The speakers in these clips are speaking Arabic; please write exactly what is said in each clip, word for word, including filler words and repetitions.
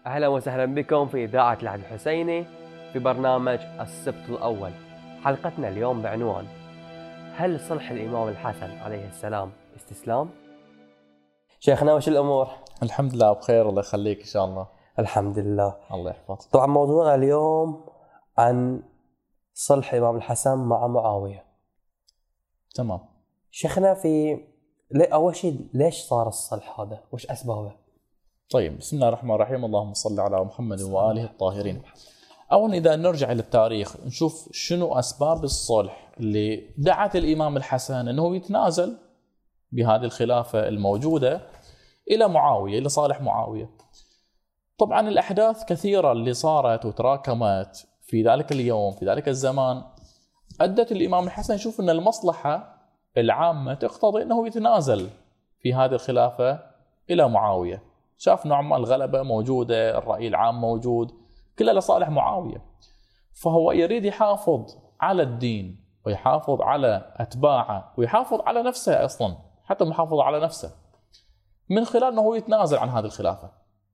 أهلا وسهلا بكم في إذاعة العهد الحسيني في برنامج السبت الأول. حلقتنا اليوم بعنوان: هل صلح الإمام الحسن عليه السلام استسلام؟ شيخنا وش الأمور؟ الحمد لله بخير، الله يخليك إن شاء الله. الحمد لله. الله يحفظك. طبعا موضوعنا اليوم عن صلح الإمام الحسن مع معاوية. تمام. شيخنا، في أول شيء ليش صار الصلح هذا؟ وش أسبابه؟ طيب، بسم الله الرحمن الرحيم. اللهم صل على محمد وآله الطاهرين. أولا إذا نرجع للتاريخ نشوف شنو أسباب الصلح اللي دعت الإمام الحسن أنه يتنازل بهذه الخلافة الموجودة إلى معاوية، إلى صالح معاوية. طبعا الأحداث كثيرة اللي صارت وتراكمت في ذلك اليوم في ذلك الزمان أدت الإمام الحسن يشوف أن المصلحة العامة تقتضي أنه يتنازل في هذه الخلافة إلى معاوية. شاف نوع ما الغلبة موجودة، الرأي العام موجود، كله لصالح معاوية. فهو يريد يحافظ على الدين ويحافظ على أتباعه ويحافظ على نفسه، أصلا حتى محافظ على نفسه من خلال أنه يتنازل عن هذه الخلافة.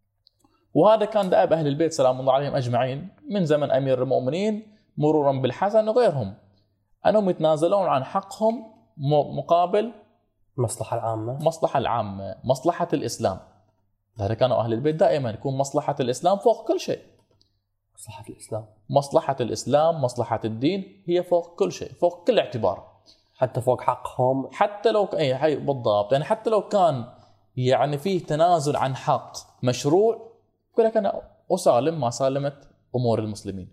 وهذا كان دأب أهل البيت سلام الله عليهم أجمعين من زمن أمير المؤمنين مرورا بالحسن وغيرهم، أنهم يتنازلون عن حقهم مقابل المصلحة العامة، مصلحة العامة، مصلحة الإسلام. هذا كانوا أهل البيت دائما يكون مصلحة الإسلام فوق كل شيء. مصلحة الإسلام، مصلحة الإسلام، مصلحة الدين هي فوق كل شيء، فوق كل اعتبار، حتى فوق حقهم. حتى لو أي حي بالضبط، يعني حتى لو كان يعني فيه تنازل عن حق مشروع، يقول لك أنا أسالم ما سالمت أمور المسلمين،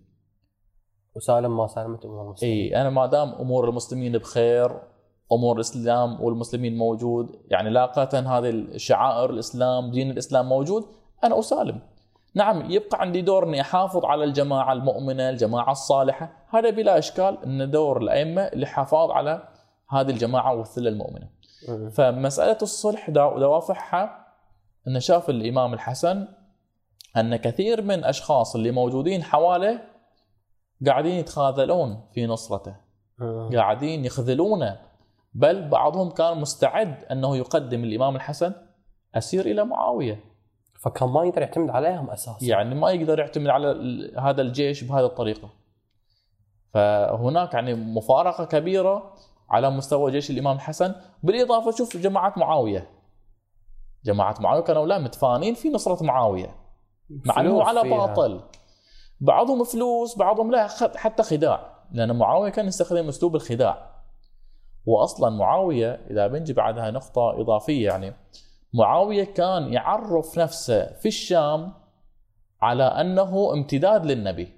وسالم ما سالمت أمور المسلمين. إيه، أنا ما دام أمور المسلمين بخير، أمور الإسلام والمسلمين موجود، يعني لاقة هذه الشعائر الإسلام، دين الإسلام موجود، أنا أسالم. نعم، يبقى عندي دور أني أحافظ على الجماعة المؤمنة، الجماعة الصالحة، هذا بلا إشكال أن دور الأئمة للحفاظ على هذه الجماعة والثلة المؤمنة. فمسألة الصلح دوافعها أن شاف الإمام الحسن أن كثير من أشخاص اللي موجودين حواله قاعدين يتخاذلون في نصرته، قاعدين يخذلونه، بل بعضهم كان مستعد أنه يقدم الإمام الحسن أسير إلى معاوية. فكان ما يقدر يعتمد عليهم أساسا، يعني ما يقدر يعتمد على هذا الجيش بهذه الطريقة. فهناك يعني مفارقة كبيرة على مستوى جيش الإمام الحسن. بالإضافة شوف جماعة معاوية، جماعة معاوية كانوا لا متفانين في نصرة معاوية مع أنه على باطل. بعضهم فلوس، بعضهم لا حتى خداع، لأن معاوية كان يستخدم أسلوب الخداع. وأصلا معاوية إذا بنجي بعدها نقطة إضافية، يعني معاوية كان يعرف نفسه في الشام على أنه امتداد للنبي،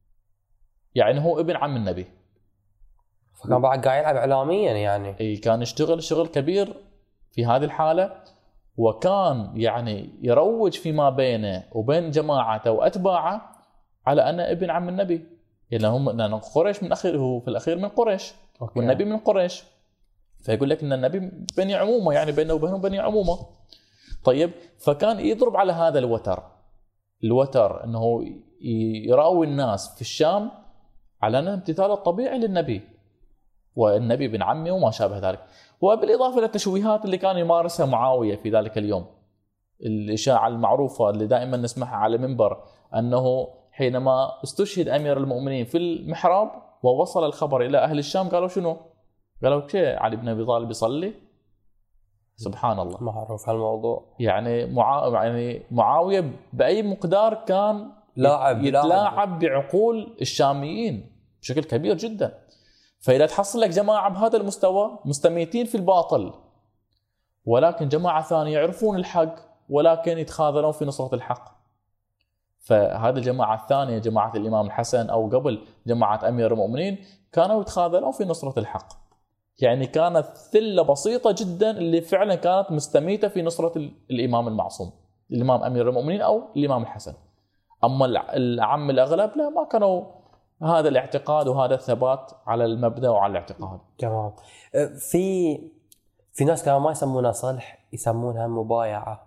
يعني هو ابن عم النبي. فكان بعد قاعد يلعب إعلاميا، يعني أي كان يشتغل شغل كبير في هذه الحالة، وكان يعني يروج فيما بينه وبين جماعته وأتباعه على أن ابن عم النبي، يعني هم لأن قريش من أخير، هو في الأخير من قريش. أوكي. والنبي من قريش، فيقول لك أن النبي بني عمومة، يعني بينه وبينهم بني عمومة. طيب، فكان يضرب على هذا الوتر، الوتر أنه يراوي الناس في الشام على أنه امتثال الطبيعي للنبي، والنبي بن عمي وما شابه ذلك. وبالإضافة للتشويهات اللي كان يمارسها معاوية في ذلك اليوم، الإشاعة المعروفة اللي دائما نسمعها على منبر، أنه حينما استشهد أمير المؤمنين في المحراب ووصل الخبر إلى أهل الشام قالوا شنو؟ قالوا شيء علي بن أبي طالب يصلي. سبحان الله، معروف هالموضوع. يعني معا... يعني معاوية بأي مقدار كان لاعب يتلاعب بعقول الشاميين بشكل كبير جدا. فإذا تحصل لك جماعة بهذا المستوى مستميتين في الباطل، ولكن جماعة ثانية يعرفون الحق ولكن يتخاذلون في نصرة الحق، فهذه الجماعة الثانية جماعة الإمام الحسن أو قبل جماعة أمير المؤمنين كانوا يتخاذلون في نصرة الحق. يعني كانت ثلة بسيطة جدا اللي فعلا كانت مستميتة في نصرة الإمام المعصوم، الإمام أمير المؤمنين أو الإمام الحسن. أما العم الأغلب لا، ما كانوا هذا الاعتقاد وهذا الثبات على المبدأ وعلى الاعتقاد. تمام. في في ناس كانوا ما يسمونها صلح، يسمونها مبايعة.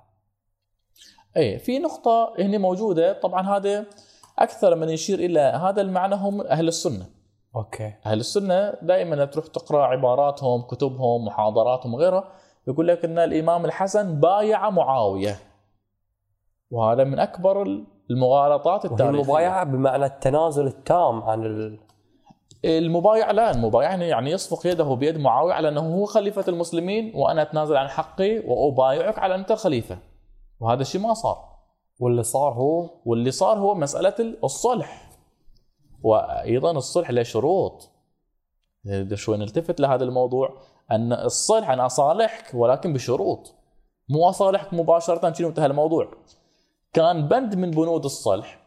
أي، في نقطة هنا موجودة. طبعا هذا أكثر من يشير إلى هذا المعنى هم أهل السنة. أوكي. أهل السنة دائما تروح تقرأ عباراتهم، كتبهم، محاضراتهم وغيرها، يقول لك أن الإمام الحسن بايع معاوية. وهذا من أكبر المغالطات التاريخية. المبايعة بمعنى التنازل التام عن ال... المبايعة لا، المبايعة يعني يصفق يده بيد معاوية على أنه هو خليفة المسلمين وأنا أتنازل عن حقي وأبايعك على أنت الخليفة، وهذا الشيء ما صار. واللي صار هو واللي صار هو مسألة الصلح، وأيضا الصلح له شروط. شوي نلتفت لهذا الموضوع، أن الصلح أنا أصالحك ولكن بشروط، مو أصالحك مباشرة شنو انتهى الموضوع. كان بند من بنود الصلح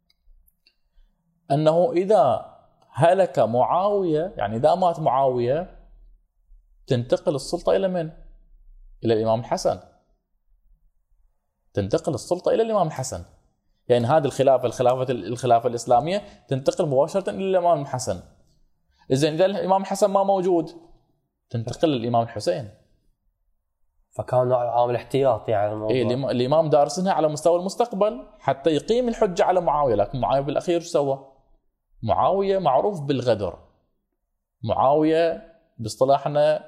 أنه إذا هلك معاوية، يعني إذا مات معاوية، تنتقل السلطة إلى من؟ إلى الإمام الحسن. تنتقل السلطة إلى الإمام الحسن، يعني هذه الخلافة الخلافة الخلافة الإسلامية تنتقل مباشرة إلى الإمام الحسن. إذا إذا الإمام الحسن ما موجود تنتقل للإمام الحسين. فكان عامل احتياطي على الموضوع. إيه، الإمام دارسنها على مستوى المستقبل حتى يقيم الحجة على معاوية. لكن معاوية بالأخير شو سوى؟ معاوية معروف بالغدر. معاوية باصطلاحنا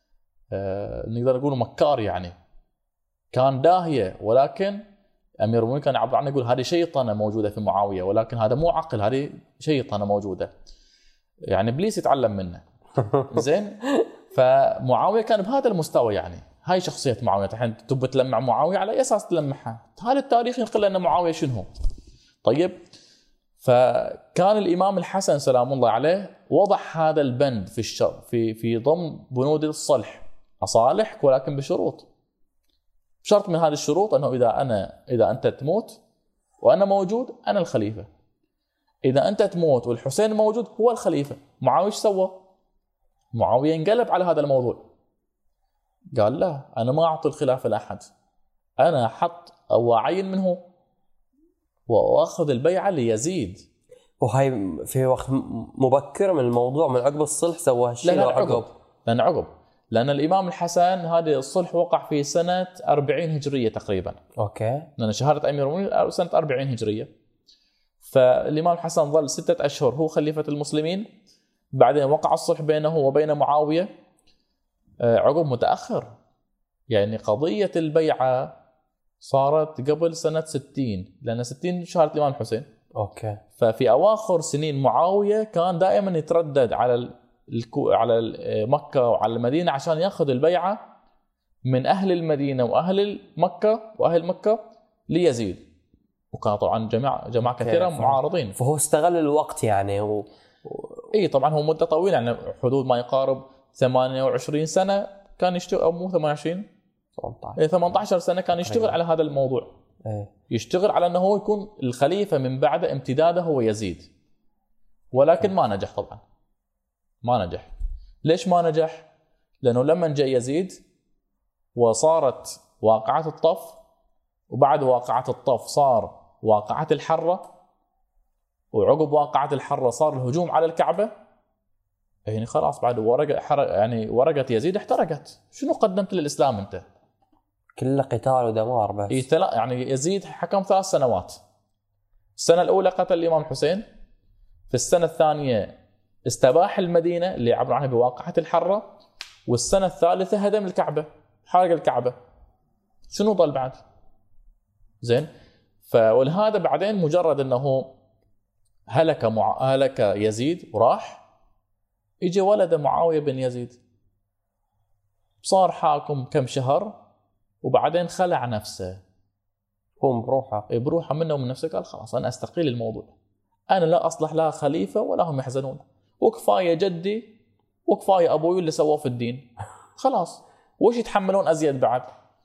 آه نقدر نقول مكار، يعني كان داهية، ولكن أمير المؤمنين كان يعبر عنه يقول هذه شيطنة موجودة في معاوية، ولكن هذا مو عقل، هذه شيطنة موجودة، يعني إبليس يتعلم منه. زين، فمعاوية كان بهذا المستوى، يعني هاي شخصية معاوية. الحين تبي تلمع معاوية على أي أساس تلمعها؟ هذا التاريخ ينقل لنا معاوية شنو. طيب، فكان الإمام الحسن سلام الله عليه وضع هذا البند في الشر في في ضمن بنود الصلح، أصالحك ولكن بشروط. شرط من هذه الشروط أنه إذا أنا إذا أنت تموت وأنا موجود أنا الخليفة. إذا أنت تموت والحسين موجود هو الخليفة. معاوية ايش سوى؟ معاوية انقلب على هذا الموضوع، قال لا، أنا ما أعطي الخلافة لأحد، أنا حط أو أعين منه وأخذ البيعة ليزيد. وهاي في وقت مبكر من الموضوع، من عقب الصلح سوى هالشيء؟ لا لا عقب، لأن عقب لأن الإمام الحسن هذا الصلح وقع في سنة أربعين هجرية تقريبا. أوكي. لأن شهادة أمير المؤمنين سنة أربعين هجرية. فالإمام الحسن ظل ستة أشهر هو خليفة المسلمين، بعدين وقع الصلح بينه وبين معاوية عقب متأخر. يعني قضية البيعة صارت قبل سنة ستين، لأن ستين شهادة الإمام الحسين. أوكي. ففي أواخر سنين معاوية كان دائما يتردد على الكو على مكة وعلى المدينة عشان يأخذ البيعة من أهل المدينة وأهل مكة وأهل مكة ليزيد، وكان طبعا جماعة جماعة كثيرة معارضين. فهو استغل الوقت يعني و... إيه طبعا هو مدة طويلة، يعني حدود ما يقارب ثمانية وعشرين سنة كان يشتغل، أو مو ثمانية وعشرين، إيه ثمانية عشر سنة كان يشتغل أيوة. على هذا الموضوع. أيه. يشتغل على أنه هو يكون الخليفة من بعد امتداده هو يزيد، ولكن أيه. ما نجح طبعا، ما نجح. ليش ما نجح؟ لأنه لما جاء يزيد وصارت واقعة الطف، وبعد واقعة الطف صار واقعة الحرة، وعقب واقعة الحرة صار الهجوم على الكعبة. يعني خلاص بعد ورقة يعني ورقة يزيد احترقت. شنو قدمت للإسلام أنت؟ كله قتال ودمار بس. إيه يعني يزيد حكم ثلاث سنوات. السنة الأولى قتل الإمام الحسين، في السنة الثانية استباح المدينة اللي عبر عنها بواقعة الحرة، والسنة الثالثة هدم الكعبة، حرق الكعبة. شنو ضل بعد؟ زين، فولهذا بعدين مجرد أنه هلك مع... هلك يزيد وراح، يجي ولد معاوية بن يزيد صار حاكم كم شهر، وبعدين خلع نفسه. هو بروحه بروحه منه ومن نفسه، قال خلاص أنا أستقيل الموضوع، أنا لا أصلح لا خليفة ولا هم يحزنون، وكفاية جدي وكفاية أبوي اللي سواه في الدين، خلاص وش يتحملون أزيد بعد؟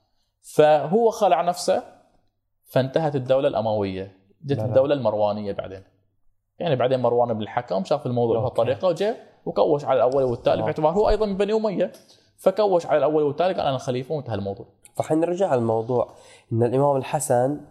فهو خلع نفسه، فانتهت الدولة الأموية، جت الدولة المروانية بعدين. يعني بعدين مروان بن الحكم شاف الموضوع بهالطريقة وجاء وكوش على الأول والتالي، باعتبار هو أيضا من بني أمية، فكوش على الأول والتالي قال أنا الخليفة وانتهى الموضوع. فحنرجع الموضوع إن الإمام الحسن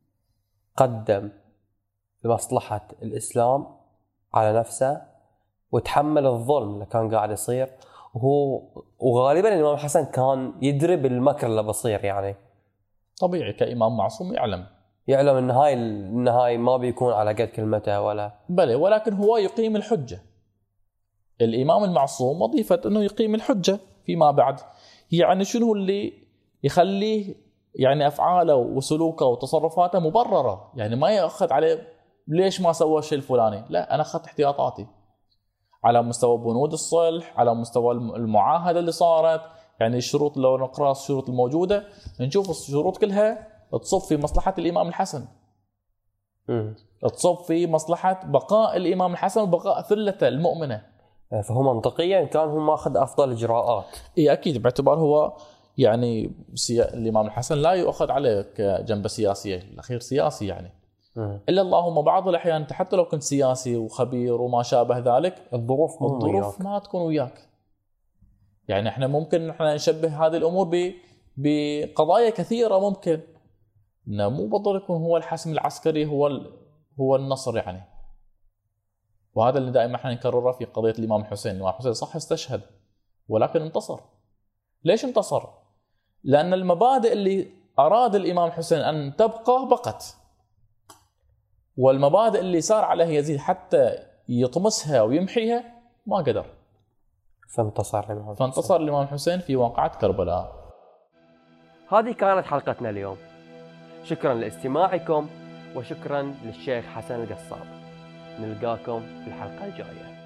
قدم لمصلحة الإسلام على نفسه، وتحمل الظلم اللي كان قاعد يصير، وهو وغالبا الإمام الحسن كان يدري بالمكر اللي بصير. يعني طبيعي كإمام معصوم يعلم يعلم ان هاي ان هاي ما بيكون على قد كلمته ولا بلى، ولكن هو يقيم الحجة. الإمام المعصوم وظيفة انه يقيم الحجة فيما بعد. يعني شنو اللي يخليه يعني افعاله وسلوكه وتصرفاته مبرره، يعني ما ياخذ عليه ليش ما سوى الشيء الفلاني، لا انا اخذت احتياطاتي على مستوى بنود الصلح، على مستوى المعاهده اللي صارت. يعني الشروط لو نقرا الشروط الموجوده نشوف الشروط كلها تصب في مصلحه الامام الحسن، م. تصب في مصلحه بقاء الامام الحسن وبقاء ثلته المؤمنه. فهو منطقيا كان هو ماخذ افضل اجراءات. اي اكيد، باعتبار هو يعني سيا... الامام الحسن لا يؤخذ عليه كجنبه سياسيه، الاخير سياسي يعني. م. الا اللهم بعض الاحيان انت حتى لو كنت سياسي وخبير وما شابه ذلك، الظروف مو الظروف ما تكون وياك. يعني احنا ممكن احنا نشبه هذه الامور ب... بقضايا كثيره، ممكن انه مو بالضروره يكون هو الحسم العسكري هو ال... هو النصر يعني. وهذا اللي دائما احنا نكرره في قضيه الامام الحسين. الامام الحسين صح استشهد ولكن انتصر. ليش انتصر؟ لان المبادئ اللي اراد الامام الحسين ان تبقى بقت، والمبادئ اللي صار عليها يزيد حتى يطمسها ويمحيها ما قدر، فانتصر الإمام فانتصر الإمام الحسين في واقعة كربلاء. هذه كانت حلقتنا اليوم، شكرا لاستماعكم وشكرا للشيخ حسن القصاب. نلقاكم في الحلقة الجاية.